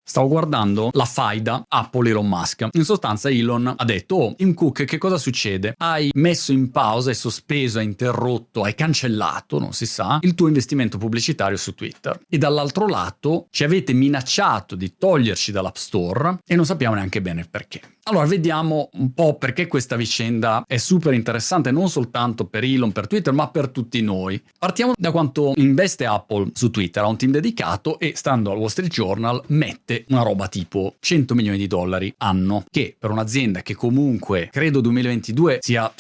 stavo guardando la faida Apple-Elon Musk. In sostanza Elon ha detto: oh, Tim Cook, che cosa succede? Hai messo in pausa, hai sospeso, hai interrotto, hai cancellato, non si sa, il tuo investimento pubblicitario su Twitter. E dall'altro lato ci avete minacciato di toglierci dall'App Store e non sappiamo neanche bene il perché. Allora vediamo un po' perché questa vicenda è super interessante, non soltanto per Elon, per Twitter, ma per tutti noi. Partiamo da quanto investe Apple su Twitter. Ha un team dedicato e, stando al Wall Street Journal, mette una roba tipo $100 milioni anno, che per un'azienda che comunque credo 2022 sia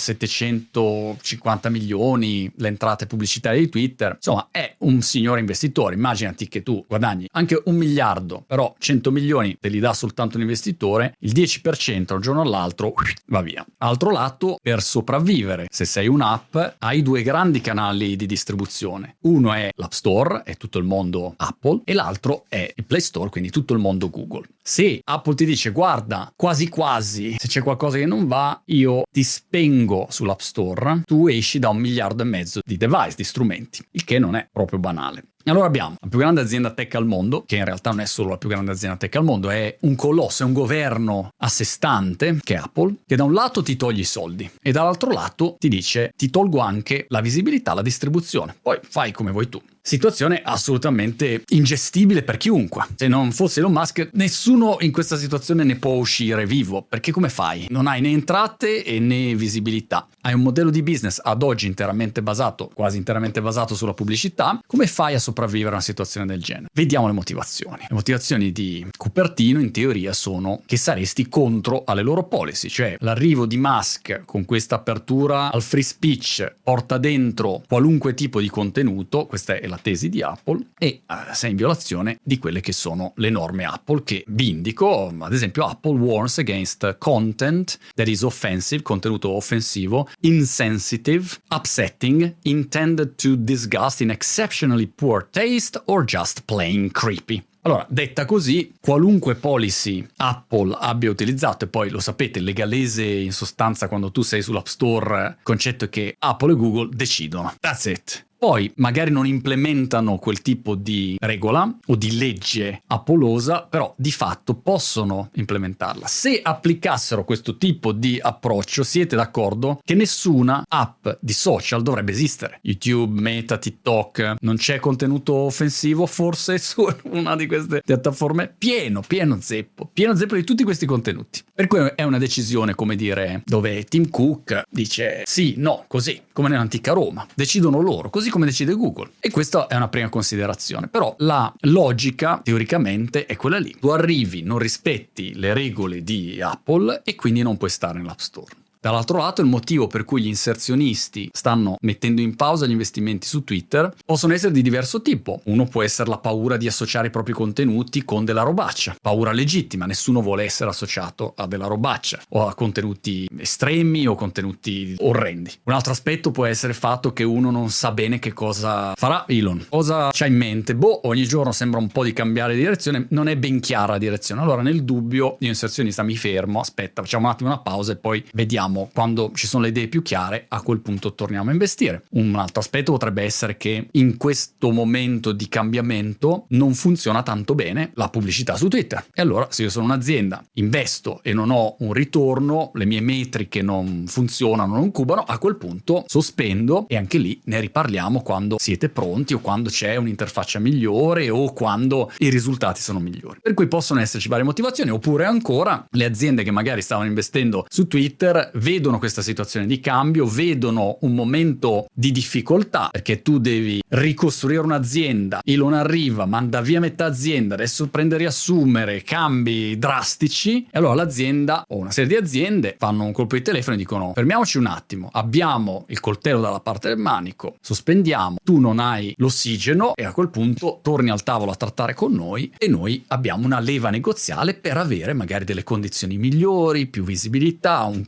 750 milioni le entrate pubblicitarie di Twitter, insomma è un signore investitore. Immaginati che tu guadagni anche 1 miliardo, però 100 milioni te li dà soltanto un investitore, il 10% da un giorno all'altro va via. Altro lato, per sopravvivere, se sei un'app, hai 2 grandi canali di distribuzione. Uno è l'App Store, è tutto il mondo Apple, e l'altro è il Play Store, quindi tutto il mondo Google. Se Apple ti dice: guarda, quasi quasi, se c'è qualcosa che non va, io ti spengo sull'App Store, tu esci da 1,5 miliardi di device, di strumenti, il che non è proprio banale. Allora abbiamo la più grande azienda tech al mondo, che in realtà non è solo la più grande azienda tech al mondo, è un colosso, è un governo a sé stante, che è Apple, che da un lato ti toglie i soldi e dall'altro lato ti dice: ti tolgo anche la visibilità, la distribuzione, poi fai come vuoi tu. Situazione assolutamente ingestibile per chiunque. Se non fosse Elon Musk, nessuno in questa situazione ne può uscire vivo, perché come fai? Non hai né entrate e né visibilità. Hai un modello di business ad oggi interamente basato, quasi interamente basato sulla pubblicità. Come fai a sopravvivere a una situazione del genere? Vediamo le motivazioni. Le motivazioni di Cupertino in teoria sono che saresti contro alle loro policy, cioè l'arrivo di Musk con questa apertura al free speech porta dentro qualunque tipo di contenuto. Questa è la tesi di Apple, e sei in violazione di quelle che sono le norme Apple, che vi indico. Ad esempio, Apple warns against content that is offensive, contenuto offensivo, insensitive, upsetting, intended to disgust, in exceptionally poor taste or just plain creepy. Allora, detta così, qualunque policy Apple abbia utilizzato, e poi lo sapete, il legalese in sostanza quando tu sei sull'App Store, il concetto è che Apple e Google decidono. That's it. Poi magari non implementano quel tipo di regola o di legge appolosa, però di fatto possono implementarla. Se applicassero questo tipo di approccio, siete d'accordo che nessuna app di social dovrebbe esistere. YouTube, Meta, TikTok, non c'è contenuto offensivo forse su una di queste piattaforme? Pieno zeppo di tutti questi contenuti. Per cui è una decisione, come dire, dove Tim Cook dice sì, no, così, come nell'antica Roma. Decidono loro, così come decide Google. E questa è una prima considerazione. Però la logica, teoricamente, è quella lì. Tu arrivi, non rispetti le regole di Apple e quindi non puoi stare nell'App Store. Dall'altro lato, il motivo per cui gli inserzionisti stanno mettendo in pausa gli investimenti su Twitter possono essere di diverso tipo. Uno può essere la paura di associare i propri contenuti con della robaccia. Paura legittima, nessuno vuole essere associato a della robaccia o a contenuti estremi o contenuti orrendi. Un altro aspetto può essere il fatto che uno non sa bene che cosa farà Elon. Cosa c'ha in mente? Ogni giorno sembra un po' di cambiare direzione, non è ben chiara la direzione. Allora, nel dubbio, io inserzionista mi fermo, aspetta, facciamo un attimo una pausa e poi vediamo. Quando ci sono le idee più chiare, a quel punto torniamo a investire. Un altro aspetto potrebbe essere che in questo momento di cambiamento non funziona tanto bene la pubblicità su Twitter. E allora, se io sono un'azienda, investo e non ho un ritorno, le mie metriche non funzionano, non cubano, a quel punto sospendo, e anche lì ne riparliamo quando siete pronti o quando c'è un'interfaccia migliore o quando i risultati sono migliori. Per cui possono esserci varie motivazioni, oppure ancora le aziende che magari stavano investendo su Twitter vedono questa situazione di cambio, vedono un momento di difficoltà, perché tu devi ricostruire un'azienda, Elon arriva, manda via metà azienda, adesso prende a riassumere, cambi drastici, e allora l'azienda o una serie di aziende fanno un colpo di telefono e dicono: fermiamoci un attimo, abbiamo il coltello dalla parte del manico, sospendiamo, tu non hai l'ossigeno, e a quel punto torni al tavolo a trattare con noi e noi abbiamo una leva negoziale per avere magari delle condizioni migliori, più visibilità, un costo d'acquisto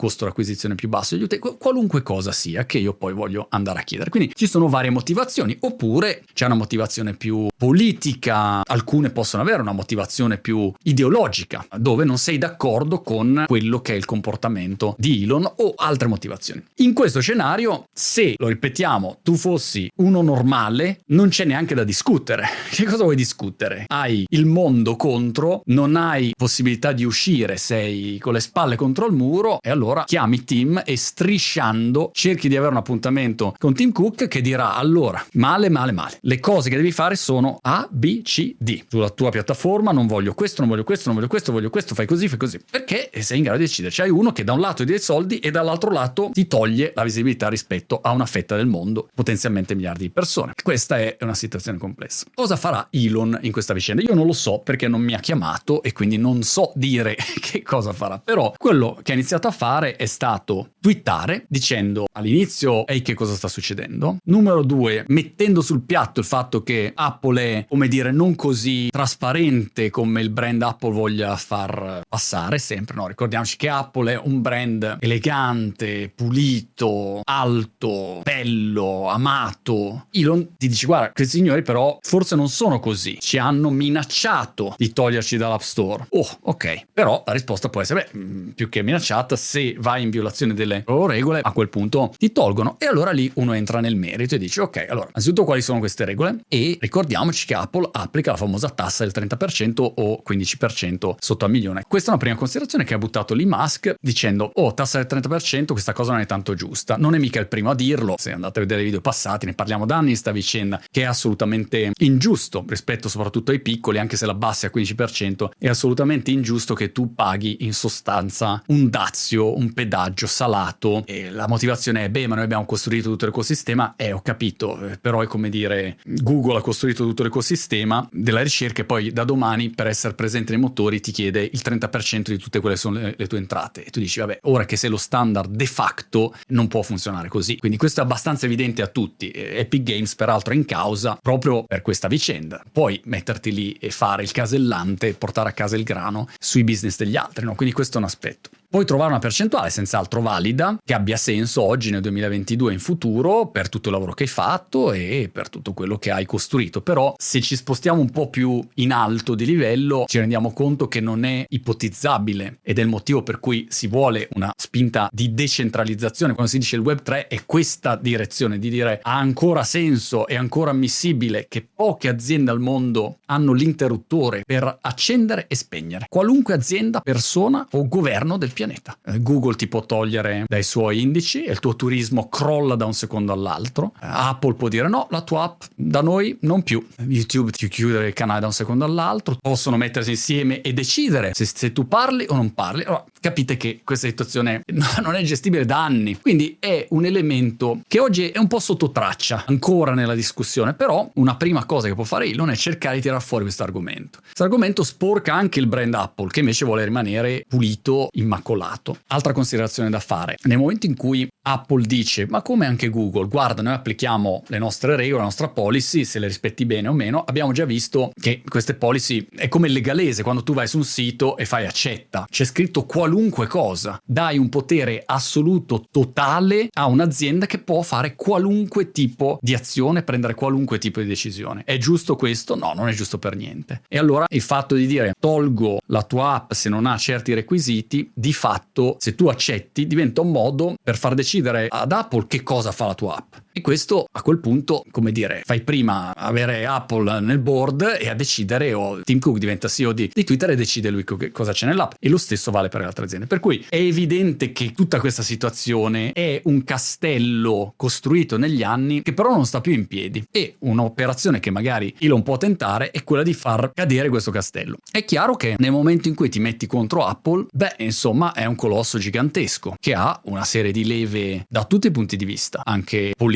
d'acquisizione più basso degli utenti, qualunque cosa sia che io poi voglio andare a chiedere. Quindi ci sono varie motivazioni, oppure c'è una motivazione più politica, alcune possono avere una motivazione più ideologica, dove non sei d'accordo con quello che è il comportamento di Elon o altre motivazioni. In questo scenario, se, lo ripetiamo, tu fossi uno normale, non c'è neanche da discutere. Che cosa vuoi discutere? Hai il mondo contro, non hai possibilità di uscire, sei con le spalle contro il muro, e allora chiami Tim e strisciando cerchi di avere un appuntamento con Tim Cook che dirà: allora, male, le cose che devi fare sono A, B, C, D. Sulla tua piattaforma non voglio questo, non voglio questo, non voglio questo, voglio questo, fai così, perché sei in grado di decidere. C'hai uno che da un lato ti dà i soldi e dall'altro lato ti toglie la visibilità rispetto a una fetta del mondo, potenzialmente miliardi di persone. Questa è una situazione complessa. Cosa farà Elon in questa vicenda? Io non lo so, perché non mi ha chiamato e quindi non so dire che cosa farà, però quello che ha iniziato a fare è stato twittare dicendo all'inizio: ehi, che cosa sta succedendo? Numero 2, mettendo sul piatto il fatto che Apple è, come dire, non così trasparente come il brand Apple voglia far passare sempre, no? Ricordiamoci che Apple è un brand elegante, pulito, alto, bello, amato. Elon ti dice: guarda, questi signori però forse non sono così, ci hanno minacciato di toglierci dall'App Store. Oh, ok, però la risposta può essere: beh, più che minacciata, se vai in violazione delle loro regole, a quel punto ti tolgono. E allora lì uno entra nel merito e dice: ok, allora, innanzitutto quali sono queste regole? E ricordiamoci che Apple applica la famosa tassa del 30% o 15% sotto al milione. Questa è una prima considerazione che ha buttato lì Musk dicendo: oh, tassa del 30%, questa cosa non è tanto giusta. Non è mica il primo a dirlo, se andate a vedere i video passati ne parliamo da anni in sta vicenda, che è assolutamente ingiusto rispetto soprattutto ai piccoli, anche se la abbassi al 15%, è assolutamente ingiusto che tu paghi in sostanza un dazio, un pedaggio salato, e la motivazione è: beh, ma noi abbiamo costruito tutto l'ecosistema. Ho capito, però è come dire, Google ha costruito tutto l'ecosistema della ricerca e poi da domani per essere presente nei motori ti chiede il 30% di tutte quelle sono le tue entrate, e tu dici: vabbè, ora che sei lo standard de facto non può funzionare così. Quindi questo è abbastanza evidente a tutti. Epic Games peraltro è in causa proprio per questa vicenda. Puoi metterti lì e fare il casellante e portare a casa il grano sui business degli altri, no? Quindi questo è un aspetto. Puoi trovare una percentuale senz'altro valida, che abbia senso oggi nel 2022 e in futuro, per tutto il lavoro che hai fatto e per tutto quello che hai costruito. Però se ci spostiamo un po' più in alto di livello ci rendiamo conto che non è ipotizzabile, ed è il motivo per cui si vuole una spinta di decentralizzazione. Quando si dice il Web 3 è questa direzione di dire: ha ancora senso, è ancora ammissibile che poche aziende al mondo hanno l'interruttore per accendere e spegnere. Qualunque azienda, persona o governo del pianeta. Google ti può togliere dai suoi indici e il tuo turismo crolla da un secondo all'altro. Apple può dire: no, la tua app da noi non più. YouTube ti chiude il canale da un secondo all'altro. Possono mettersi insieme e decidere se tu parli o non parli. Allora, capite che questa situazione non è gestibile da anni, quindi è un elemento che oggi è un po' sotto traccia ancora nella discussione. Però una prima cosa che può fare Elon è cercare di tirare fuori questo argomento. Questo argomento sporca anche il brand Apple, che invece vuole rimanere pulito, immacolato. Altra considerazione da fare: nel momento in cui Apple dice: ma come anche Google, guarda, noi applichiamo le nostre regole, la nostra policy, se le rispetti bene o meno, abbiamo già visto che queste policy è come il legalese, quando tu vai su un sito e fai accetta, c'è scritto qualunque cosa, dai un potere assoluto totale a un'azienda che può fare qualunque tipo di azione, prendere qualunque tipo di decisione. È giusto questo? No, non è giusto per niente. E allora il fatto di dire: tolgo la tua app se non ha certi requisiti, di fatto, se tu accetti, diventa un modo per far decidere ad Apple che cosa fa la tua app. E questo a quel punto, come dire, fai prima avere Apple nel board e a decidere, o Tim Cook diventa CEO di Twitter e decide lui cosa c'è nell'app, e lo stesso vale per le altre aziende. Per cui è evidente che tutta questa situazione è un castello costruito negli anni che però non sta più in piedi, e un'operazione che magari Elon può tentare è quella di far cadere questo castello. È chiaro che nel momento in cui ti metti contro Apple, beh, insomma, è un colosso gigantesco che ha una serie di leve da tutti i punti di vista, anche politiche,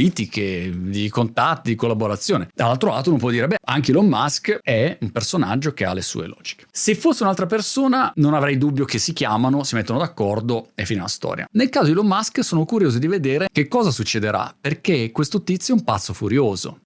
di contatti, di collaborazione. Dall'altro lato uno può dire: beh, anche Elon Musk è un personaggio che ha le sue logiche. Se fosse un'altra persona non avrei dubbio che si chiamano, si mettono d'accordo e fine la storia. Nel caso di Elon Musk sono curioso di vedere che cosa succederà, perché questo tizio è un pazzo furioso.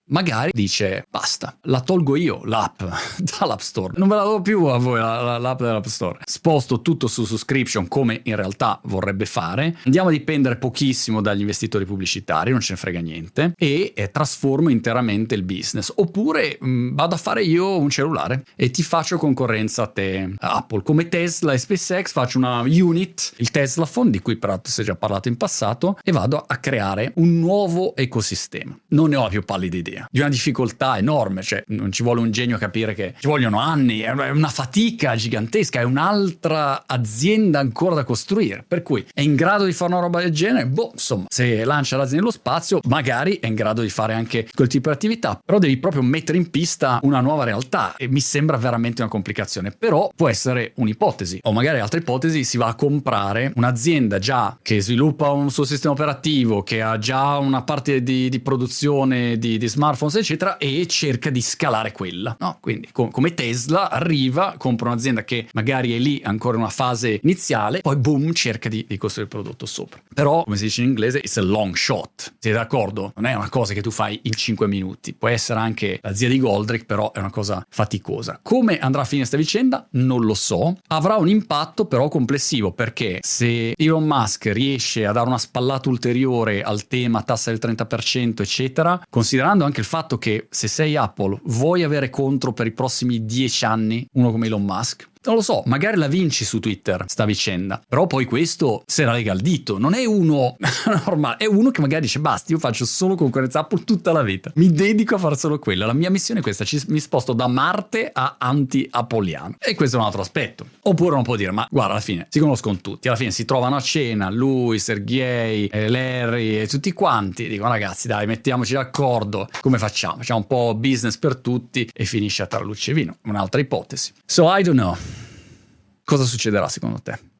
magari dice basta, la tolgo io l'app dall'App Store, non ve la do più a voi l'app dell'App Store, sposto tutto su subscription come in realtà vorrebbe fare, andiamo a dipendere pochissimo dagli investitori pubblicitari, non ce ne frega niente, e trasformo interamente il business. Oppure vado a fare io un cellulare e ti faccio concorrenza a te, Apple, come Tesla e SpaceX. Faccio una unit, il Tesla Phone, di cui peraltro si è già parlato in passato, e vado a creare un nuovo ecosistema. Non ne ho la più pallida idea, di una difficoltà enorme, cioè non ci vuole un genio a capire che ci vogliono anni, è una fatica gigantesca, è un'altra azienda ancora da costruire, per cui è in grado di fare una roba del genere? Boh, insomma, se lancia l'azienda nello spazio magari è in grado di fare anche quel tipo di attività, però devi proprio mettere in pista una nuova realtà e mi sembra veramente una complicazione. Però può essere un'ipotesi, o magari altre ipotesi, si va a comprare un'azienda già che sviluppa un suo sistema operativo, che ha già una parte di produzione di smartphones eccetera, e cerca di scalare quella, no? Quindi come Tesla arriva, compra un'azienda che magari è lì ancora in una fase iniziale, poi boom, cerca di costruire il prodotto sopra. Però, come si dice in inglese, it's a long shot, siete d'accordo? Non è una cosa che tu fai in 5 minuti, può essere anche la zia di Goldrick, però è una cosa faticosa. Come andrà a finire questa vicenda? Non lo so. Avrà un impatto però complessivo, perché se Elon Musk riesce a dare una spallata ulteriore al tema tassa del 30% eccetera, considerando anche il fatto che se sei Apple vuoi avere contro per i prossimi 10 anni uno come Elon Musk, non lo so, magari la vinci su Twitter sta vicenda, però poi questo se la lega al dito, non è uno normale, è uno che magari dice basta, io faccio solo concorrenza Apple tutta la vita, mi dedico a fare solo quella, la mia missione è questa, mi sposto da Marte a anti-appoliano, e questo è un altro aspetto. Oppure uno può dire, ma guarda, alla fine si conoscono tutti, alla fine si trovano a cena, lui, Sergey, Larry e tutti quanti, dicono ragazzi dai, mettiamoci d'accordo, come facciamo? Facciamo un po' business per tutti e finisce a tarallucce e vino, un'altra ipotesi. So I don't know. Cosa succederà secondo te?